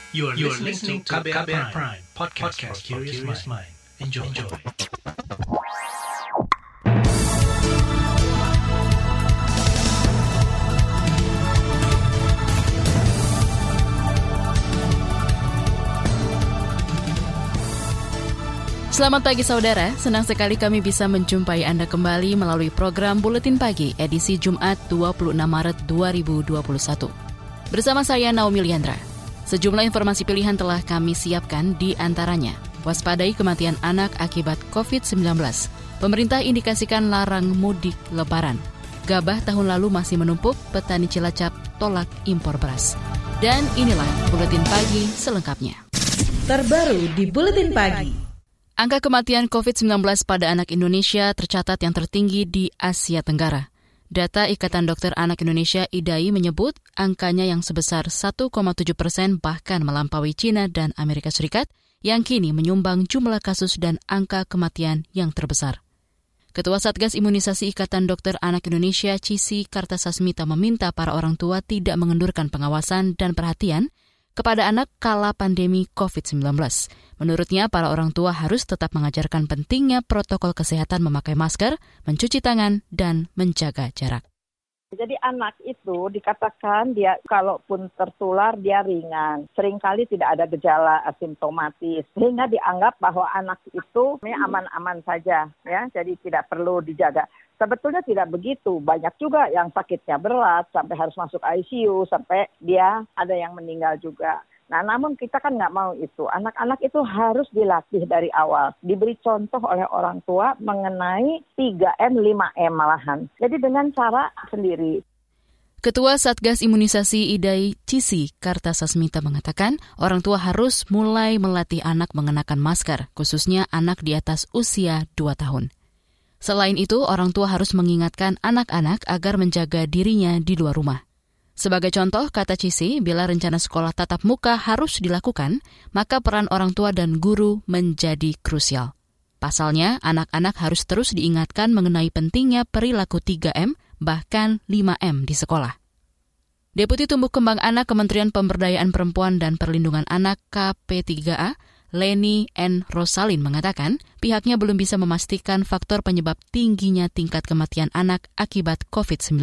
You are listening to KBR Prime, podcast for curious mind. Enjoy. Selamat pagi saudara, senang sekali kami bisa menjumpai Anda kembali melalui program Buletin Pagi edisi Jumat 26 Maret 2021. Bersama saya Naomi Liandra. Sejumlah informasi pilihan telah kami siapkan, di antaranya waspadai kematian anak akibat COVID-19. Pemerintah indikasikan larang mudik lebaran. Gabah tahun lalu masih menumpuk, petani Cilacap tolak impor beras. Dan inilah Buletin Pagi selengkapnya. Terbaru di Buletin Pagi. Angka kematian COVID-19 pada anak Indonesia tercatat yang tertinggi di Asia Tenggara. Data Ikatan Dokter Anak Indonesia IDAI menyebut angkanya yang sebesar 1,7% bahkan melampaui China dan Amerika Serikat yang kini menyumbang jumlah kasus dan angka kematian yang terbesar. Ketua Satgas Imunisasi Ikatan Dokter Anak Indonesia Cisi Kartasasmita meminta para orang tua tidak mengendurkan pengawasan dan perhatian kepada anak kala pandemi COVID-19. Menurutnya, para orang tua harus tetap mengajarkan pentingnya protokol kesehatan memakai masker, mencuci tangan, dan menjaga jarak. Jadi anak itu dikatakan dia kalaupun tertular dia ringan. Seringkali tidak ada gejala asimptomatis. Sehingga dianggap bahwa anak itu aman-aman saja, ya. Jadi tidak perlu dijaga. Sebetulnya tidak begitu. Banyak juga yang sakitnya berat sampai harus masuk ICU, sampai dia ada yang meninggal juga. Nah, namun kita kan nggak mau itu. Anak-anak itu harus dilatih dari awal. Diberi contoh oleh orang tua mengenai 3M, 5M malahan. Jadi dengan cara sendiri. Ketua Satgas Imunisasi IDAI Cisi Kartasasmita mengatakan orang tua harus mulai melatih anak mengenakan masker, khususnya anak di atas usia 2 tahun. Selain itu, orang tua harus mengingatkan anak-anak agar menjaga dirinya di luar rumah. Sebagai contoh, kata Cisi, bila rencana sekolah tatap muka harus dilakukan, maka peran orang tua dan guru menjadi krusial. Pasalnya, anak-anak harus terus diingatkan mengenai pentingnya perilaku 3M, bahkan 5M di sekolah. Deputi Tumbuh Kembang Anak Kementerian Pemberdayaan Perempuan dan Perlindungan Anak KP3A, Leni N. Rosalin mengatakan, pihaknya belum bisa memastikan faktor penyebab tingginya tingkat kematian anak akibat COVID-19.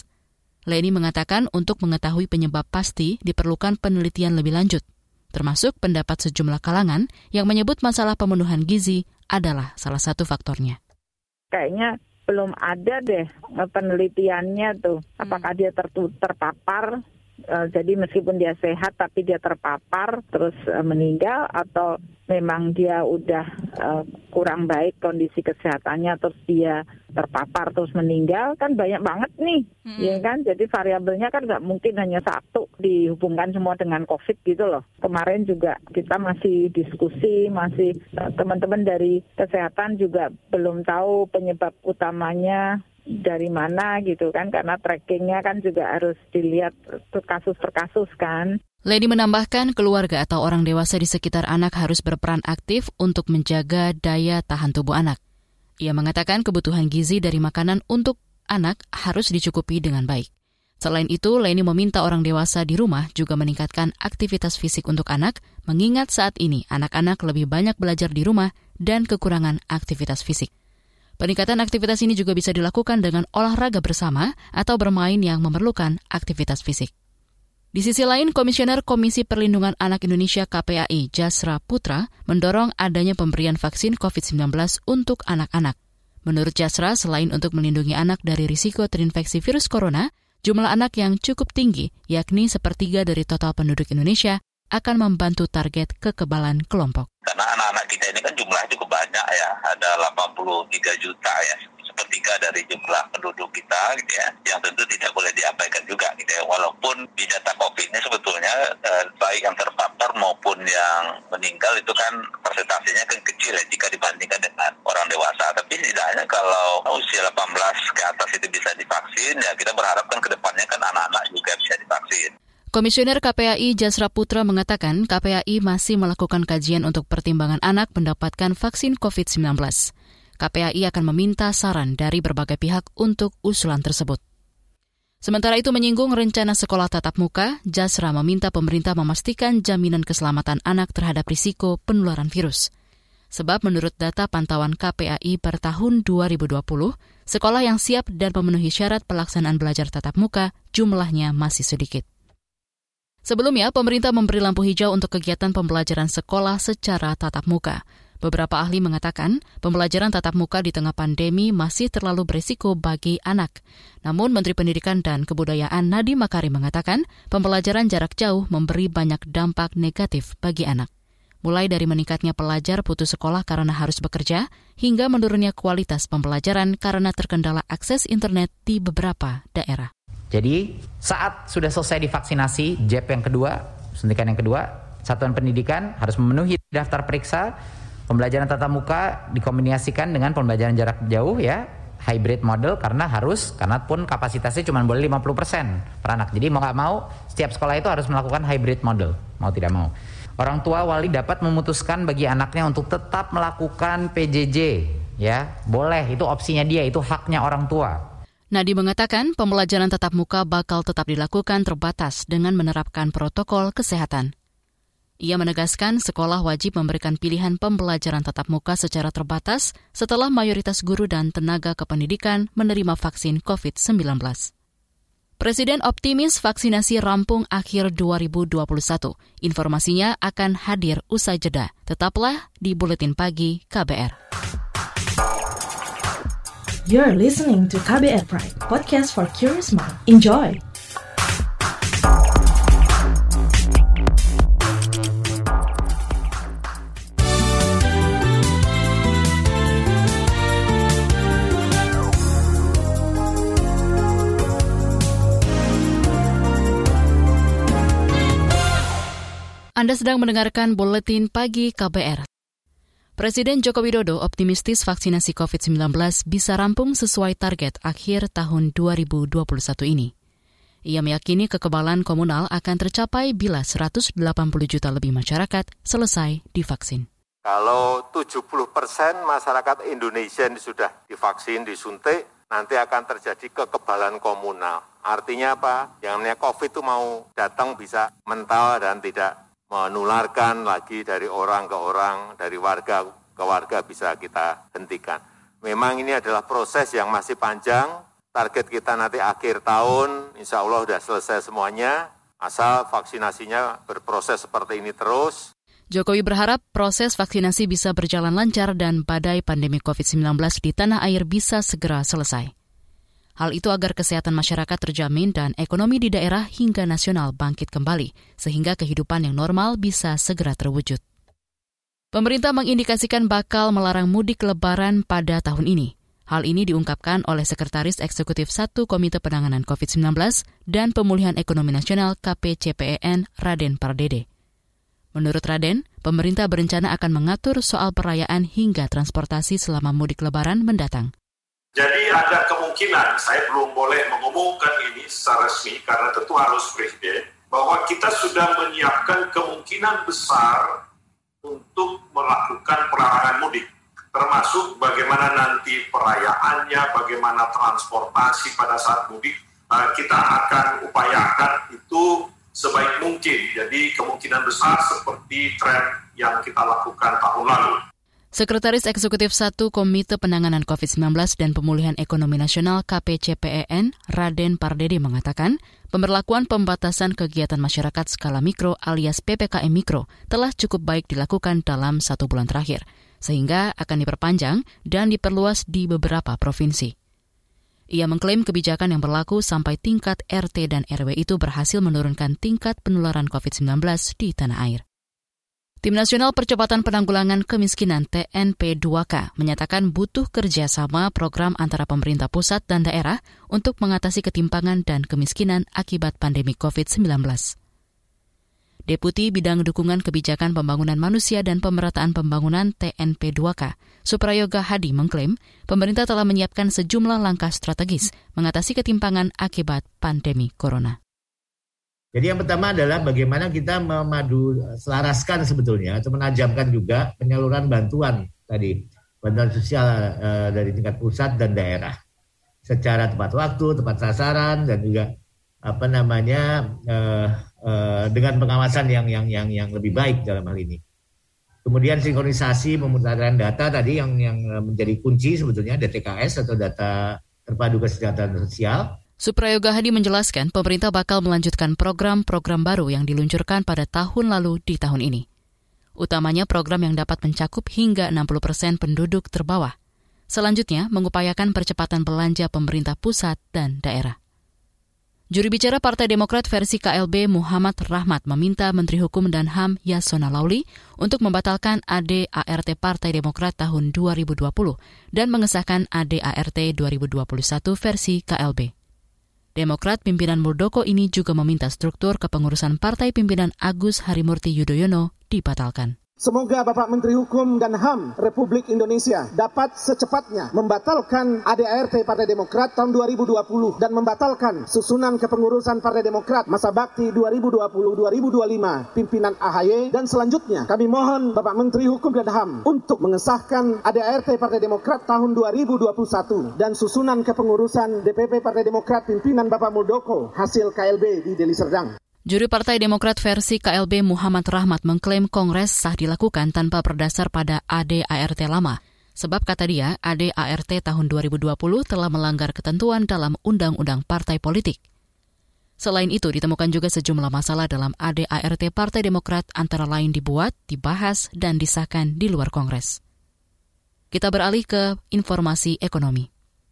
Leni mengatakan untuk mengetahui penyebab pasti diperlukan penelitian lebih lanjut, termasuk pendapat sejumlah kalangan yang menyebut masalah pemenuhan gizi adalah salah satu faktornya. Kayaknya belum ada deh penelitiannya tuh, apakah dia terpapar, jadi meskipun dia sehat tapi dia terpapar terus meninggal, atau memang dia udah kurang baik kondisi kesehatannya terus dia terpapar terus meninggal. Kan banyak banget nih, ya kan? Jadi variabelnya kan nggak mungkin hanya satu dihubungkan semua dengan COVID gitu loh. Kemarin juga kita masih diskusi, masih teman-teman dari kesehatan juga belum tahu penyebab utamanya dari mana gitu kan, karena trackingnya kan juga harus dilihat kasus per kasus kan. Leni menambahkan keluarga atau orang dewasa di sekitar anak harus berperan aktif untuk menjaga daya tahan tubuh anak. Ia mengatakan kebutuhan gizi dari makanan untuk anak harus dicukupi dengan baik. Selain itu, Leni meminta orang dewasa di rumah juga meningkatkan aktivitas fisik untuk anak, mengingat saat ini anak-anak lebih banyak belajar di rumah dan kekurangan aktivitas fisik. Peningkatan aktivitas ini juga bisa dilakukan dengan olahraga bersama atau bermain yang memerlukan aktivitas fisik. Di sisi lain, Komisioner Komisi Perlindungan Anak Indonesia KPAI Jasra Putra mendorong adanya pemberian vaksin COVID-19 untuk anak-anak. Menurut Jasra, selain untuk melindungi anak dari risiko terinfeksi virus corona, jumlah anak yang cukup tinggi, yakni 1/3 dari total penduduk Indonesia, akan membantu target kekebalan kelompok. Karena anak-anak kita ini kan jumlahnya cukup banyak ya, ada 83 juta ya, 1/3 dari jumlah penduduk kita gitu ya, yang tentu tidak boleh diabaikan juga gitu ya. Walaupun di data COVID ini sebetulnya baik yang terpapar maupun yang meninggal itu kan persentasenya kan kecil ya jika dibandingkan dengan orang dewasa. Tapi setidaknya kalau usia 18 ke atas itu bisa divaksin, ya kita berharap kan ke depannya kan anak-anak juga bisa divaksin. Komisioner KPAI Jasra Putra mengatakan KPAI masih melakukan kajian untuk pertimbangan anak mendapatkan vaksin COVID-19. KPAI akan meminta saran dari berbagai pihak untuk usulan tersebut. Sementara itu menyinggung rencana sekolah tatap muka, Jasra meminta pemerintah memastikan jaminan keselamatan anak terhadap risiko penularan virus. Sebab menurut data pantauan KPAI per tahun 2020, sekolah yang siap dan memenuhi syarat pelaksanaan belajar tatap muka jumlahnya masih sedikit. Sebelumnya, pemerintah memberi lampu hijau untuk kegiatan pembelajaran sekolah secara tatap muka. Beberapa ahli mengatakan pembelajaran tatap muka di tengah pandemi masih terlalu berisiko bagi anak. Namun Menteri Pendidikan dan Kebudayaan Nadiem Makarim mengatakan pembelajaran jarak jauh memberi banyak dampak negatif bagi anak. Mulai dari meningkatnya pelajar putus sekolah karena harus bekerja, hingga menurunnya kualitas pembelajaran karena terkendala akses internet di beberapa daerah. Jadi saat sudah selesai divaksinasi, jab yang kedua, suntikan yang kedua, satuan pendidikan harus memenuhi daftar periksa. Pembelajaran tatap muka dikombinasikan dengan pembelajaran jarak jauh ya, hybrid model karena pun kapasitasnya cuma boleh 50% per anak. Jadi mau nggak mau setiap sekolah itu harus melakukan hybrid model, mau tidak mau. Orang tua wali dapat memutuskan bagi anaknya untuk tetap melakukan PJJ ya, boleh, itu opsinya dia, itu haknya orang tua. Nadiem mengatakan pembelajaran tatap muka bakal tetap dilakukan terbatas dengan menerapkan protokol kesehatan. Ia menegaskan sekolah wajib memberikan pilihan pembelajaran tatap muka secara terbatas setelah mayoritas guru dan tenaga kependidikan menerima vaksin COVID-19. Presiden optimis vaksinasi rampung akhir 2021. Informasinya akan hadir usai jeda. Tetaplah di Buletin Pagi KBR. You're listening to KBR Pride, podcast for curious mind. Enjoy! Anda sedang mendengarkan Buletin Pagi KBR. Presiden Joko Widodo optimistis vaksinasi COVID-19 bisa rampung sesuai target akhir tahun 2021 ini. Ia meyakini kekebalan komunal akan tercapai bila 180 juta lebih masyarakat selesai divaksin. Kalau 70% masyarakat Indonesia sudah divaksin, disuntik, nanti akan terjadi kekebalan komunal. Artinya apa? Yang namanya COVID itu mau datang bisa mental dan tidak menularkan lagi dari orang ke orang, dari warga ke warga bisa kita hentikan. Memang ini adalah proses yang masih panjang, target kita nanti akhir tahun, insya Allah sudah selesai semuanya, asal vaksinasinya berproses seperti ini terus. Jokowi berharap proses vaksinasi bisa berjalan lancar dan badai pandemi COVID-19 di tanah air bisa segera selesai. Hal itu agar kesehatan masyarakat terjamin dan ekonomi di daerah hingga nasional bangkit kembali, sehingga kehidupan yang normal bisa segera terwujud. Pemerintah mengindikasikan bakal melarang mudik lebaran pada tahun ini. Hal ini diungkapkan oleh Sekretaris Eksekutif 1 Komite Penanganan COVID-19 dan Pemulihan Ekonomi Nasional KPCPEN Raden Pardede. Menurut Raden, pemerintah berencana akan mengatur soal perayaan hingga transportasi selama mudik lebaran mendatang. Jadi ada kemungkinan, saya belum boleh mengumumkan ini secara resmi karena tentu harus presiden, bahwa kita sudah menyiapkan kemungkinan besar untuk melakukan pelarangan mudik, termasuk bagaimana nanti perayaannya, bagaimana transportasi pada saat mudik, kita akan upayakan itu sebaik mungkin. Jadi kemungkinan besar seperti tren yang kita lakukan tahun lalu. Sekretaris Eksekutif 1 Komite Penanganan COVID-19 dan Pemulihan Ekonomi Nasional KPCPEN Raden Pardede mengatakan, pemberlakuan pembatasan kegiatan masyarakat skala mikro alias PPKM Mikro telah cukup baik dilakukan dalam 1 bulan terakhir, sehingga akan diperpanjang dan diperluas di beberapa provinsi. Ia mengklaim kebijakan yang berlaku sampai tingkat RT dan RW itu berhasil menurunkan tingkat penularan COVID-19 di tanah air. Tim Nasional Percepatan Penanggulangan Kemiskinan TNP2K menyatakan butuh kerjasama program antara pemerintah pusat dan daerah untuk mengatasi ketimpangan dan kemiskinan akibat pandemi COVID-19. Deputi Bidang Dukungan Kebijakan Pembangunan Manusia dan Pemerataan Pembangunan TNP2K, Suprayoga Hadi mengklaim pemerintah telah menyiapkan sejumlah langkah strategis mengatasi ketimpangan akibat pandemi corona. Jadi yang pertama adalah bagaimana kita memadu selaraskan sebetulnya atau menajamkan juga penyaluran bantuan tadi, bantuan sosial dari tingkat pusat dan daerah. secara tepat waktu, tepat sasaran, dan juga dengan pengawasan yang lebih baik dalam hal ini. Kemudian sinkronisasi pemutaran data tadi yang menjadi kunci sebetulnya, DTKS atau data terpadu kesejahteraan sosial. Suprayoga Hadi menjelaskan pemerintah bakal melanjutkan program-program baru yang diluncurkan pada tahun lalu di tahun ini. Utamanya program yang dapat mencakup hingga 60% penduduk terbawah. Selanjutnya, mengupayakan percepatan belanja pemerintah pusat dan daerah. Juru bicara Partai Demokrat versi KLB Muhammad Rahmat meminta Menteri Hukum dan HAM Yasona Lauli untuk membatalkan AD/ART Partai Demokrat tahun 2020 dan mengesahkan AD/ART 2021 versi KLB. Demokrat pimpinan Muldoko ini juga meminta struktur kepengurusan Partai pimpinan Agus Harimurti Yudhoyono dibatalkan. Semoga Bapak Menteri Hukum dan HAM Republik Indonesia dapat secepatnya membatalkan AD/ART Partai Demokrat tahun 2020 dan membatalkan susunan kepengurusan Partai Demokrat masa bakti 2020-2025 pimpinan AHY, dan selanjutnya kami mohon Bapak Menteri Hukum dan HAM untuk mengesahkan AD/ART Partai Demokrat tahun 2021 dan susunan kepengurusan DPP Partai Demokrat pimpinan Bapak Muldoko hasil KLB di Deli Serdang. Juru Partai Demokrat versi KLB Muhammad Rahmat mengklaim Kongres sah dilakukan tanpa berdasar pada AD/ART lama. Sebab kata dia, AD/ART tahun 2020 telah melanggar ketentuan dalam Undang-Undang Partai Politik. Selain itu, ditemukan juga sejumlah masalah dalam AD/ART Partai Demokrat antara lain dibuat, dibahas, dan disahkan di luar Kongres. Kita beralih ke informasi ekonomi.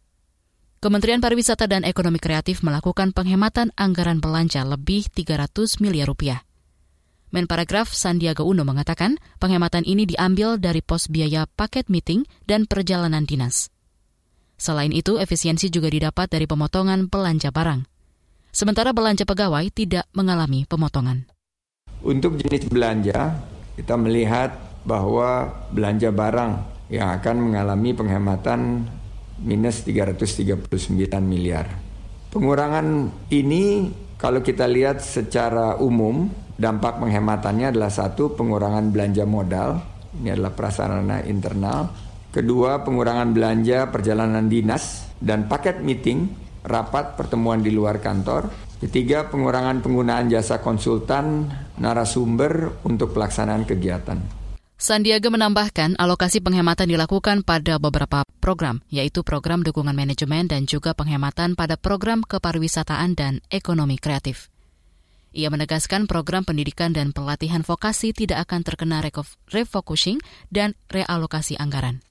Kementerian Pariwisata dan Ekonomi Kreatif melakukan penghematan anggaran belanja lebih 300 miliar rupiah. Menparekraf Sandiaga Uno mengatakan penghematan ini diambil dari pos biaya paket meeting dan perjalanan dinas. Selain itu, efisiensi juga didapat dari pemotongan belanja barang. Sementara belanja pegawai tidak mengalami pemotongan. Untuk jenis belanja, kita melihat bahwa belanja barang yang akan mengalami penghematan minus 339 miliar. Pengurangan ini kalau kita lihat secara umum, dampak penghematannya adalah satu, pengurangan belanja modal, ini adalah prasarana internal. Kedua, pengurangan belanja perjalanan dinas dan paket meeting, rapat pertemuan di luar kantor. Ketiga, pengurangan penggunaan jasa konsultan narasumber untuk pelaksanaan kegiatan. Sandiaga menambahkan alokasi penghematan dilakukan pada beberapa program, yaitu program dukungan manajemen dan juga penghematan pada program kepariwisataan dan ekonomi kreatif. Ia menegaskan program pendidikan dan pelatihan vokasi tidak akan terkena refocusing dan realokasi anggaran.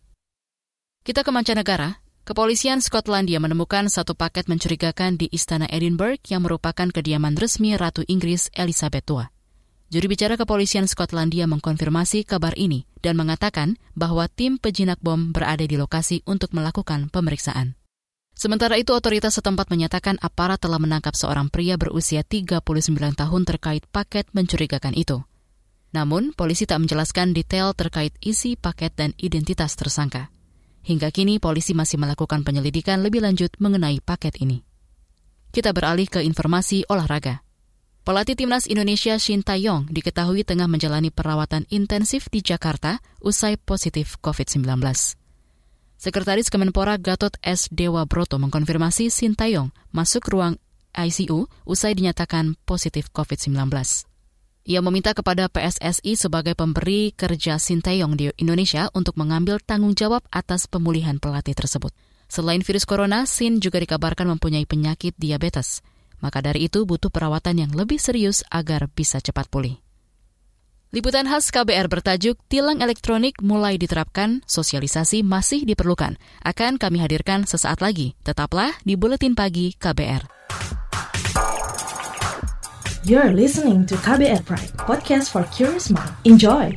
Kita ke mancanegara. Kepolisian Skotlandia menemukan satu paket mencurigakan di Istana Edinburgh yang merupakan kediaman resmi Ratu Inggris Elizabeth II. Juru bicara Kepolisian Skotlandia mengkonfirmasi kabar ini dan mengatakan bahwa tim pejinak bom berada di lokasi untuk melakukan pemeriksaan. Sementara itu, otoritas setempat menyatakan aparat telah menangkap seorang pria berusia 39 tahun terkait paket mencurigakan itu. Namun, polisi tak menjelaskan detail terkait isi paket dan identitas tersangka. Hingga kini, polisi masih melakukan penyelidikan lebih lanjut mengenai paket ini. Kita beralih ke informasi olahraga. Pelatih Timnas Indonesia Shin Tae-yong diketahui tengah menjalani perawatan intensif di Jakarta usai positif COVID-19. Sekretaris Kemenpora Gatot S. Dewa Broto mengkonfirmasi Shin Tae-yong masuk ruang ICU usai dinyatakan positif COVID-19. Ia meminta kepada PSSI sebagai pemberi kerja Shin Tae-yong di Indonesia untuk mengambil tanggung jawab atas pemulihan pelatih tersebut. Selain virus corona, Shin juga dikabarkan mempunyai penyakit diabetes. Maka dari itu butuh perawatan yang lebih serius agar bisa cepat pulih. Liputan khas KBR bertajuk Tilang Elektronik mulai diterapkan, sosialisasi masih diperlukan. Akan kami hadirkan sesaat lagi. Tetaplah di Buletin Pagi KBR. You're listening to KBR Pride, podcast for curious mind. Enjoy!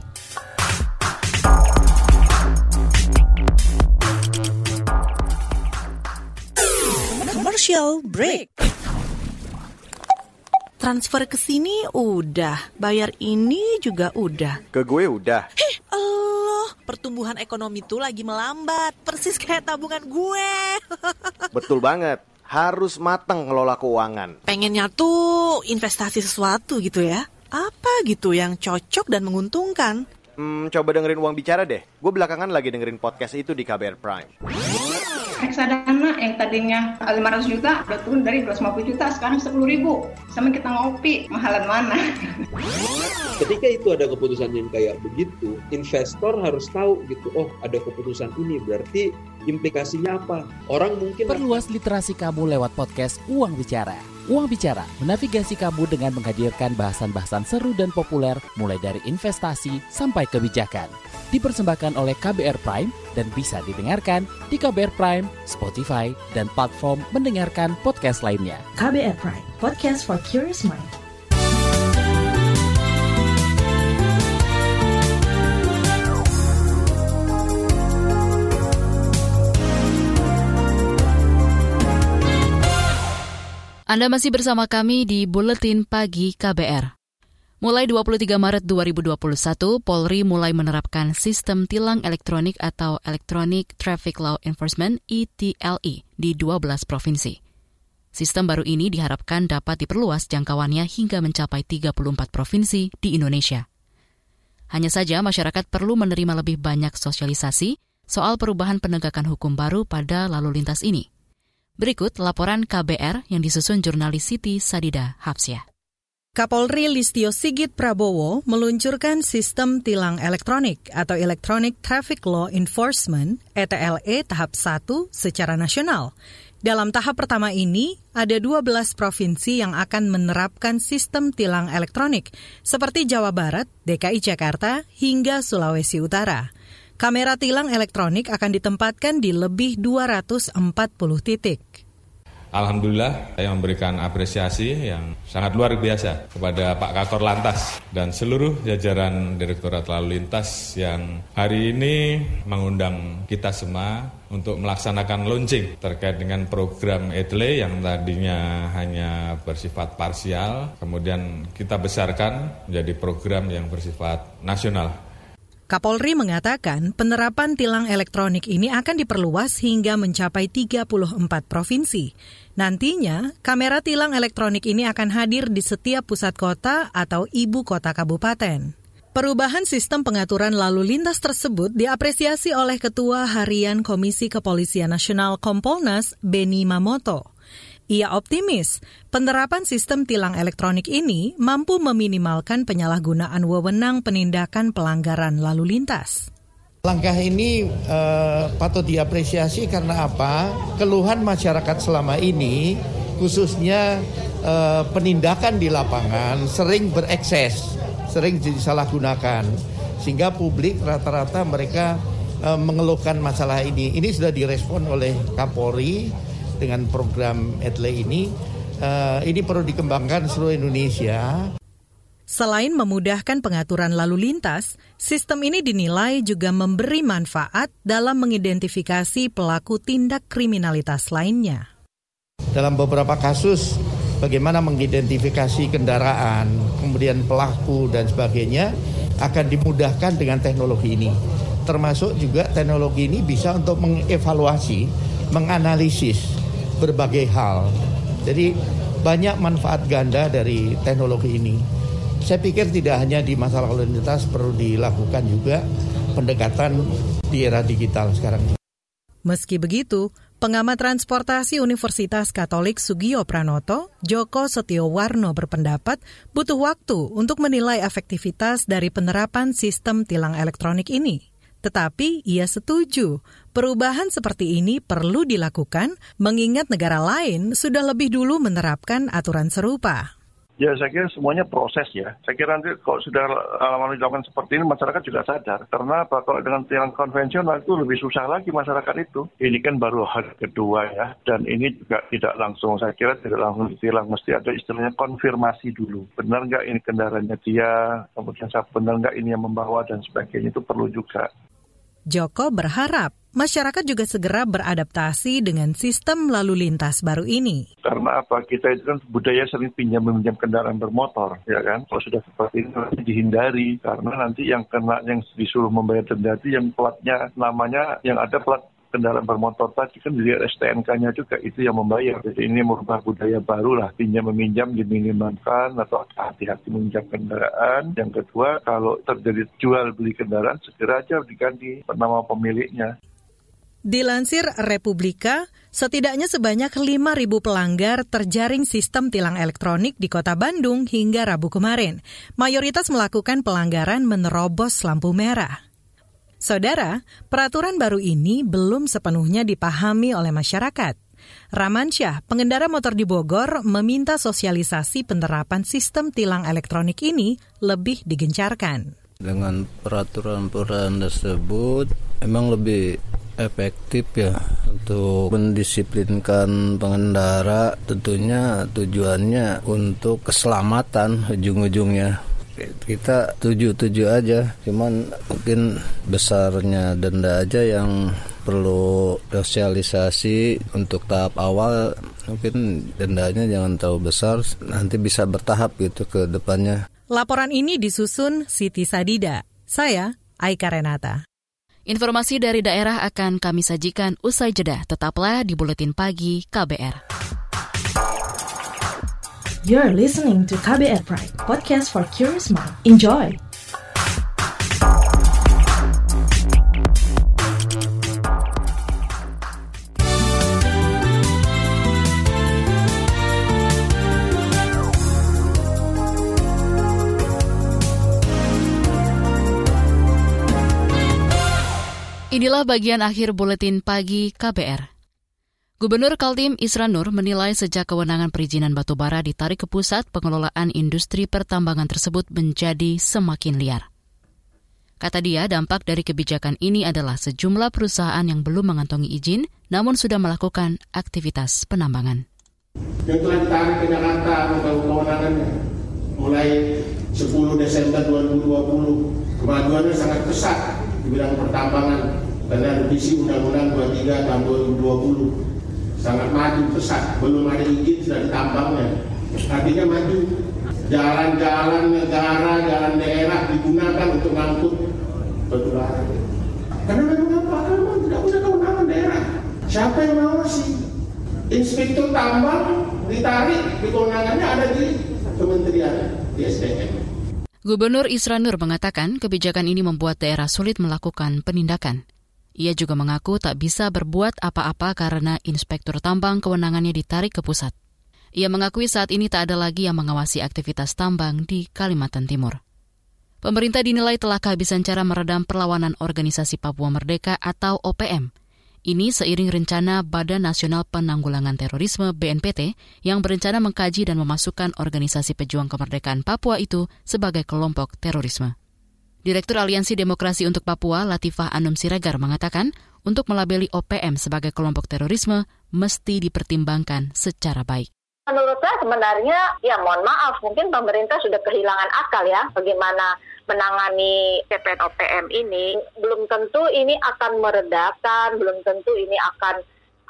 Commercial break. Transfer ke sini udah, bayar ini juga udah. Ke gue udah. Heh, Allah, pertumbuhan ekonomi tuh lagi melambat, persis kayak tabungan gue. Betul banget, harus matang ngelola keuangan. Pengennya tuh investasi sesuatu gitu ya. Apa gitu yang cocok dan menguntungkan? Coba dengerin Uang Bicara deh. Gue belakangan lagi dengerin podcast itu di KBR Prime. Reksadana yang tadinya 500 juta udah turun dari 250 juta sekarang 10.000. Sama kita ngopi, mahalan mana? Ketika itu ada keputusan yang kayak begitu, investor harus tahu gitu, oh ada keputusan ini berarti implikasinya apa? Orang mungkin perluas literasi kamu lewat podcast Uang Bicara. Uang Bicara menavigasi kamu dengan menghadirkan bahasan-bahasan seru dan populer mulai dari investasi sampai kebijakan. Dipersembahkan oleh KBR Prime dan bisa didengarkan di KBR Prime, Spotify, dan platform mendengarkan podcast lainnya. KBR Prime, podcast for curious mind. Anda masih bersama kami di Buletin Pagi KBR. Mulai 23 Maret 2021, Polri mulai menerapkan sistem tilang elektronik atau Electronic Traffic Law Enforcement (ETLE) di 12 provinsi. Sistem baru ini diharapkan dapat diperluas jangkauannya hingga mencapai 34 provinsi di Indonesia. Hanya saja masyarakat perlu menerima lebih banyak sosialisasi soal perubahan penegakan hukum baru pada lalu lintas ini. Berikut laporan KBR yang disusun jurnalis Siti Sadida Hapsyah. Kapolri Listio Sigit Prabowo meluncurkan sistem tilang elektronik atau Electronic Traffic Law Enforcement (ETLE) tahap 1 secara nasional. Dalam tahap pertama ini, ada 12 provinsi yang akan menerapkan sistem tilang elektronik seperti Jawa Barat, DKI Jakarta, hingga Sulawesi Utara. Kamera tilang elektronik akan ditempatkan di lebih 240 titik. Alhamdulillah, saya memberikan apresiasi yang sangat luar biasa kepada Pak Kakor Lantas dan seluruh jajaran Direktorat Lalu Lintas yang hari ini mengundang kita semua untuk melaksanakan launching terkait dengan program ETLE yang tadinya hanya bersifat parsial, kemudian kita besarkan menjadi program yang bersifat nasional. Kapolri mengatakan penerapan tilang elektronik ini akan diperluas hingga mencapai 34 provinsi. Nantinya, kamera tilang elektronik ini akan hadir di setiap pusat kota atau ibu kota kabupaten. Perubahan sistem pengaturan lalu lintas tersebut diapresiasi oleh Ketua Harian Komisi Kepolisian Nasional Kompolnas, Beni Mamoto. Ia optimis penerapan sistem tilang elektronik ini mampu meminimalkan penyalahgunaan wewenang penindakan pelanggaran lalu lintas. Langkah ini patut diapresiasi karena apa? Keluhan masyarakat selama ini, khususnya penindakan di lapangan sering berekses, sering disalahgunakan. Sehingga publik rata-rata mereka mengeluhkan masalah ini. Ini sudah direspon oleh Kapolri dengan program ETLE ini. Ini perlu dikembangkan seluruh Indonesia. Selain memudahkan pengaturan lalu lintas, sistem ini dinilai juga memberi manfaat dalam mengidentifikasi pelaku tindak kriminalitas lainnya. Dalam beberapa kasus, bagaimana mengidentifikasi kendaraan, kemudian pelaku dan sebagainya, akan dimudahkan dengan teknologi ini. Termasuk juga teknologi ini bisa untuk mengevaluasi, menganalisis berbagai hal. Jadi banyak manfaat ganda dari teknologi ini. Saya pikir tidak hanya di masalah lalu lintas, perlu dilakukan juga pendekatan di era digital sekarang. Meski begitu, pengamat transportasi Universitas Katolik Sugio Pranoto, Joko Setiowarno berpendapat butuh waktu untuk menilai efektivitas dari penerapan sistem tilang elektronik ini. Tetapi ia setuju perubahan seperti ini perlu dilakukan mengingat negara lain sudah lebih dulu menerapkan aturan serupa. Ya, saya kira semuanya proses ya. Saya kira nanti kalau sudah lama dilakukan seperti ini, masyarakat juga sadar. Karena apa? Kalau dengan tilang konvensional itu lebih susah lagi masyarakat itu. Ini kan baru hari kedua ya. Dan ini juga tidak langsung, saya kira tidak langsung ditilang. Mesti ada istilahnya konfirmasi dulu. Benar nggak ini kendaraannya dia? Kemudian benar nggak ini yang membawa dan sebagainya, itu perlu juga. Joko berharap masyarakat juga segera beradaptasi dengan sistem lalu lintas baru ini. Karena apa? Kita itu kan budaya sering meminjam kendaraan bermotor, ya kan? Kalau sudah seperti ini nanti dihindari, karena nanti yang kena, yang disuruh membayar denda itu yang platnya, namanya yang ada plat kendaraan bermotor tadi kan dilihat STNK-nya juga, itu yang membayar. Jadi ini merupakan budaya baru lah, pinjam-meminjam diminimalkan atau hati-hati meminjam kendaraan. Yang kedua, kalau terjadi jual beli kendaraan, segera aja diganti nama pemiliknya. Dilansir Republika, setidaknya sebanyak 5.000 pelanggar terjaring sistem tilang elektronik di Kota Bandung hingga Rabu kemarin. Mayoritas melakukan pelanggaran menerobos lampu merah. Saudara, peraturan baru ini belum sepenuhnya dipahami oleh masyarakat. Ramansyah, pengendara motor di Bogor, meminta sosialisasi penerapan sistem tilang elektronik ini lebih digencarkan. Dengan peraturan tersebut, memang lebih efektif ya untuk mendisiplinkan pengendara, tentunya tujuannya untuk keselamatan ujung-ujungnya. Kita tujuh aja, cuman mungkin besarnya denda aja yang perlu sosialisasi untuk tahap awal. Mungkin dendanya jangan terlalu besar, nanti bisa bertahap gitu ke depannya. Laporan ini disusun Siti Sadida. Saya Aika Renata. Informasi dari daerah akan kami sajikan usai jeda. Tetaplah di Buletin Pagi KBR. You're listening to KBR Pride, podcast for curious mind. Enjoy! Inilah bagian akhir Buletin Pagi KBR. Gubernur Kaltim Isra Nur menilai sejak kewenangan perizinan batubara ditarik ke pusat, pengelolaan industri pertambangan tersebut menjadi semakin liar. Kata dia, dampak dari kebijakan ini adalah sejumlah perusahaan yang belum mengantongi izin, namun sudah melakukan aktivitas penambangan. Yang telah ditarik ke Jakarta kewenangannya mulai 10 Desember 2020, kemajuannya sangat pesat di bidang pertambangan karena revisi Undang-Undang 23 tahun 2020. Sangat maju pesat, belum ada izin sudah ditambangnya. Artinya maju. Jalan-jalan negara, jalan daerah digunakan untuk ngangkut batubara. Karena memang apa? Karena memang tidak punya kewenangan daerah. Siapa yang mengawasi? Inspektur tambang ditarik, di kewenangannya ada di Kementerian di SDM. Gubernur Isra Nur mengatakan kebijakan ini membuat daerah sulit melakukan penindakan. Ia juga mengaku tak bisa berbuat apa-apa karena inspektur tambang kewenangannya ditarik ke pusat. Ia mengakui saat ini tak ada lagi yang mengawasi aktivitas tambang di Kalimantan Timur. Pemerintah dinilai telah kehabisan cara meredam perlawanan Organisasi Papua Merdeka atau OPM. Ini seiring rencana Badan Nasional Penanggulangan Terorisme BNPT yang berencana mengkaji dan memasukkan Organisasi Pejuang Kemerdekaan Papua itu sebagai kelompok terorisme. Direktur Aliansi Demokrasi untuk Papua, Latifah Anum Siregar, mengatakan untuk melabeli OPM sebagai kelompok terorisme mesti dipertimbangkan secara baik. Menurut saya sebenarnya, ya mohon maaf, mungkin pemerintah sudah kehilangan akal ya, bagaimana menangani TPN OPM ini. Belum tentu ini akan meredakan, belum tentu ini akan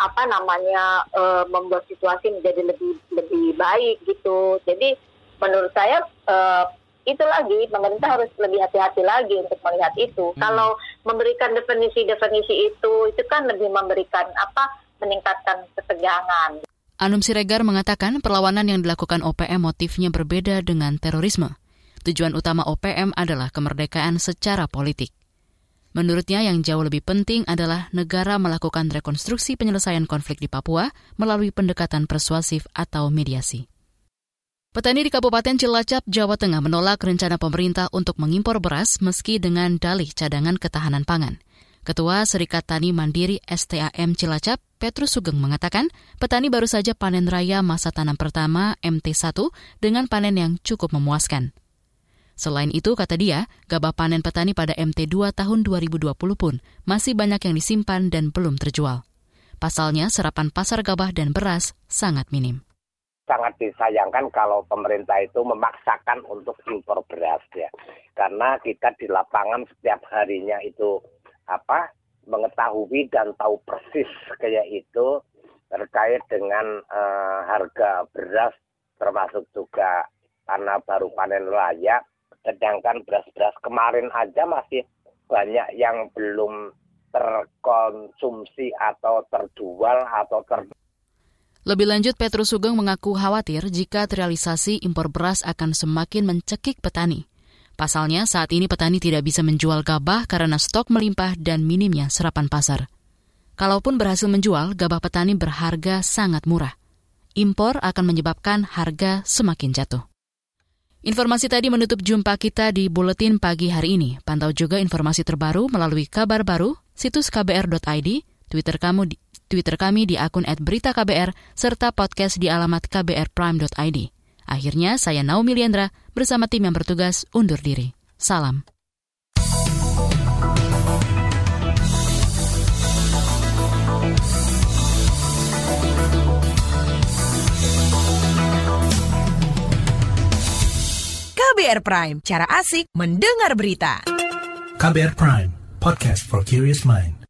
membuat situasi menjadi lebih baik gitu. Jadi menurut saya itu lagi, pemerintah harus lebih hati-hati lagi untuk melihat itu. Kalau memberikan definisi itu kan lebih memberikan meningkatkan ketegangan. Anum Siregar mengatakan perlawanan yang dilakukan OPM motifnya berbeda dengan terorisme. Tujuan utama OPM adalah kemerdekaan secara politik. Menurutnya yang jauh lebih penting adalah negara melakukan rekonstruksi penyelesaian konflik di Papua melalui pendekatan persuasif atau mediasi. Petani di Kabupaten Cilacap, Jawa Tengah menolak rencana pemerintah untuk mengimpor beras meski dengan dalih cadangan ketahanan pangan. Ketua Serikat Tani Mandiri STAM Cilacap, Petrus Sugeng mengatakan petani baru saja panen raya masa tanam pertama MT1 dengan panen yang cukup memuaskan. Selain itu, kata dia, gabah panen petani pada MT2 tahun 2020 pun masih banyak yang disimpan dan belum terjual. Pasalnya, serapan pasar gabah dan beras sangat minim. Sangat disayangkan kalau pemerintah itu memaksakan untuk impor beras ya. Karena kita di lapangan setiap harinya itu mengetahui dan tahu persis kayak itu terkait dengan harga beras, termasuk juga karena baru panen raya. Sedangkan beras-beras kemarin aja masih banyak yang belum terkonsumsi atau terjual atau Lebih lanjut, Petrus Sugeng mengaku khawatir jika terrealisasi impor beras akan semakin mencekik petani. Pasalnya, saat ini petani tidak bisa menjual gabah karena stok melimpah dan minimnya serapan pasar. Kalaupun berhasil menjual, gabah petani berharga sangat murah. Impor akan menyebabkan harga semakin jatuh. Informasi tadi menutup jumpa kita di Buletin Pagi hari ini. Pantau juga informasi terbaru melalui kabar baru, situs kbr.id, Twitter kami di akun @beritaKBR, serta podcast di alamat kbrprime.id. Akhirnya, saya Naomi Liandra bersama tim yang bertugas undur diri. Salam. KBR Prime, cara asik mendengar berita. KBR Prime, podcast for curious mind.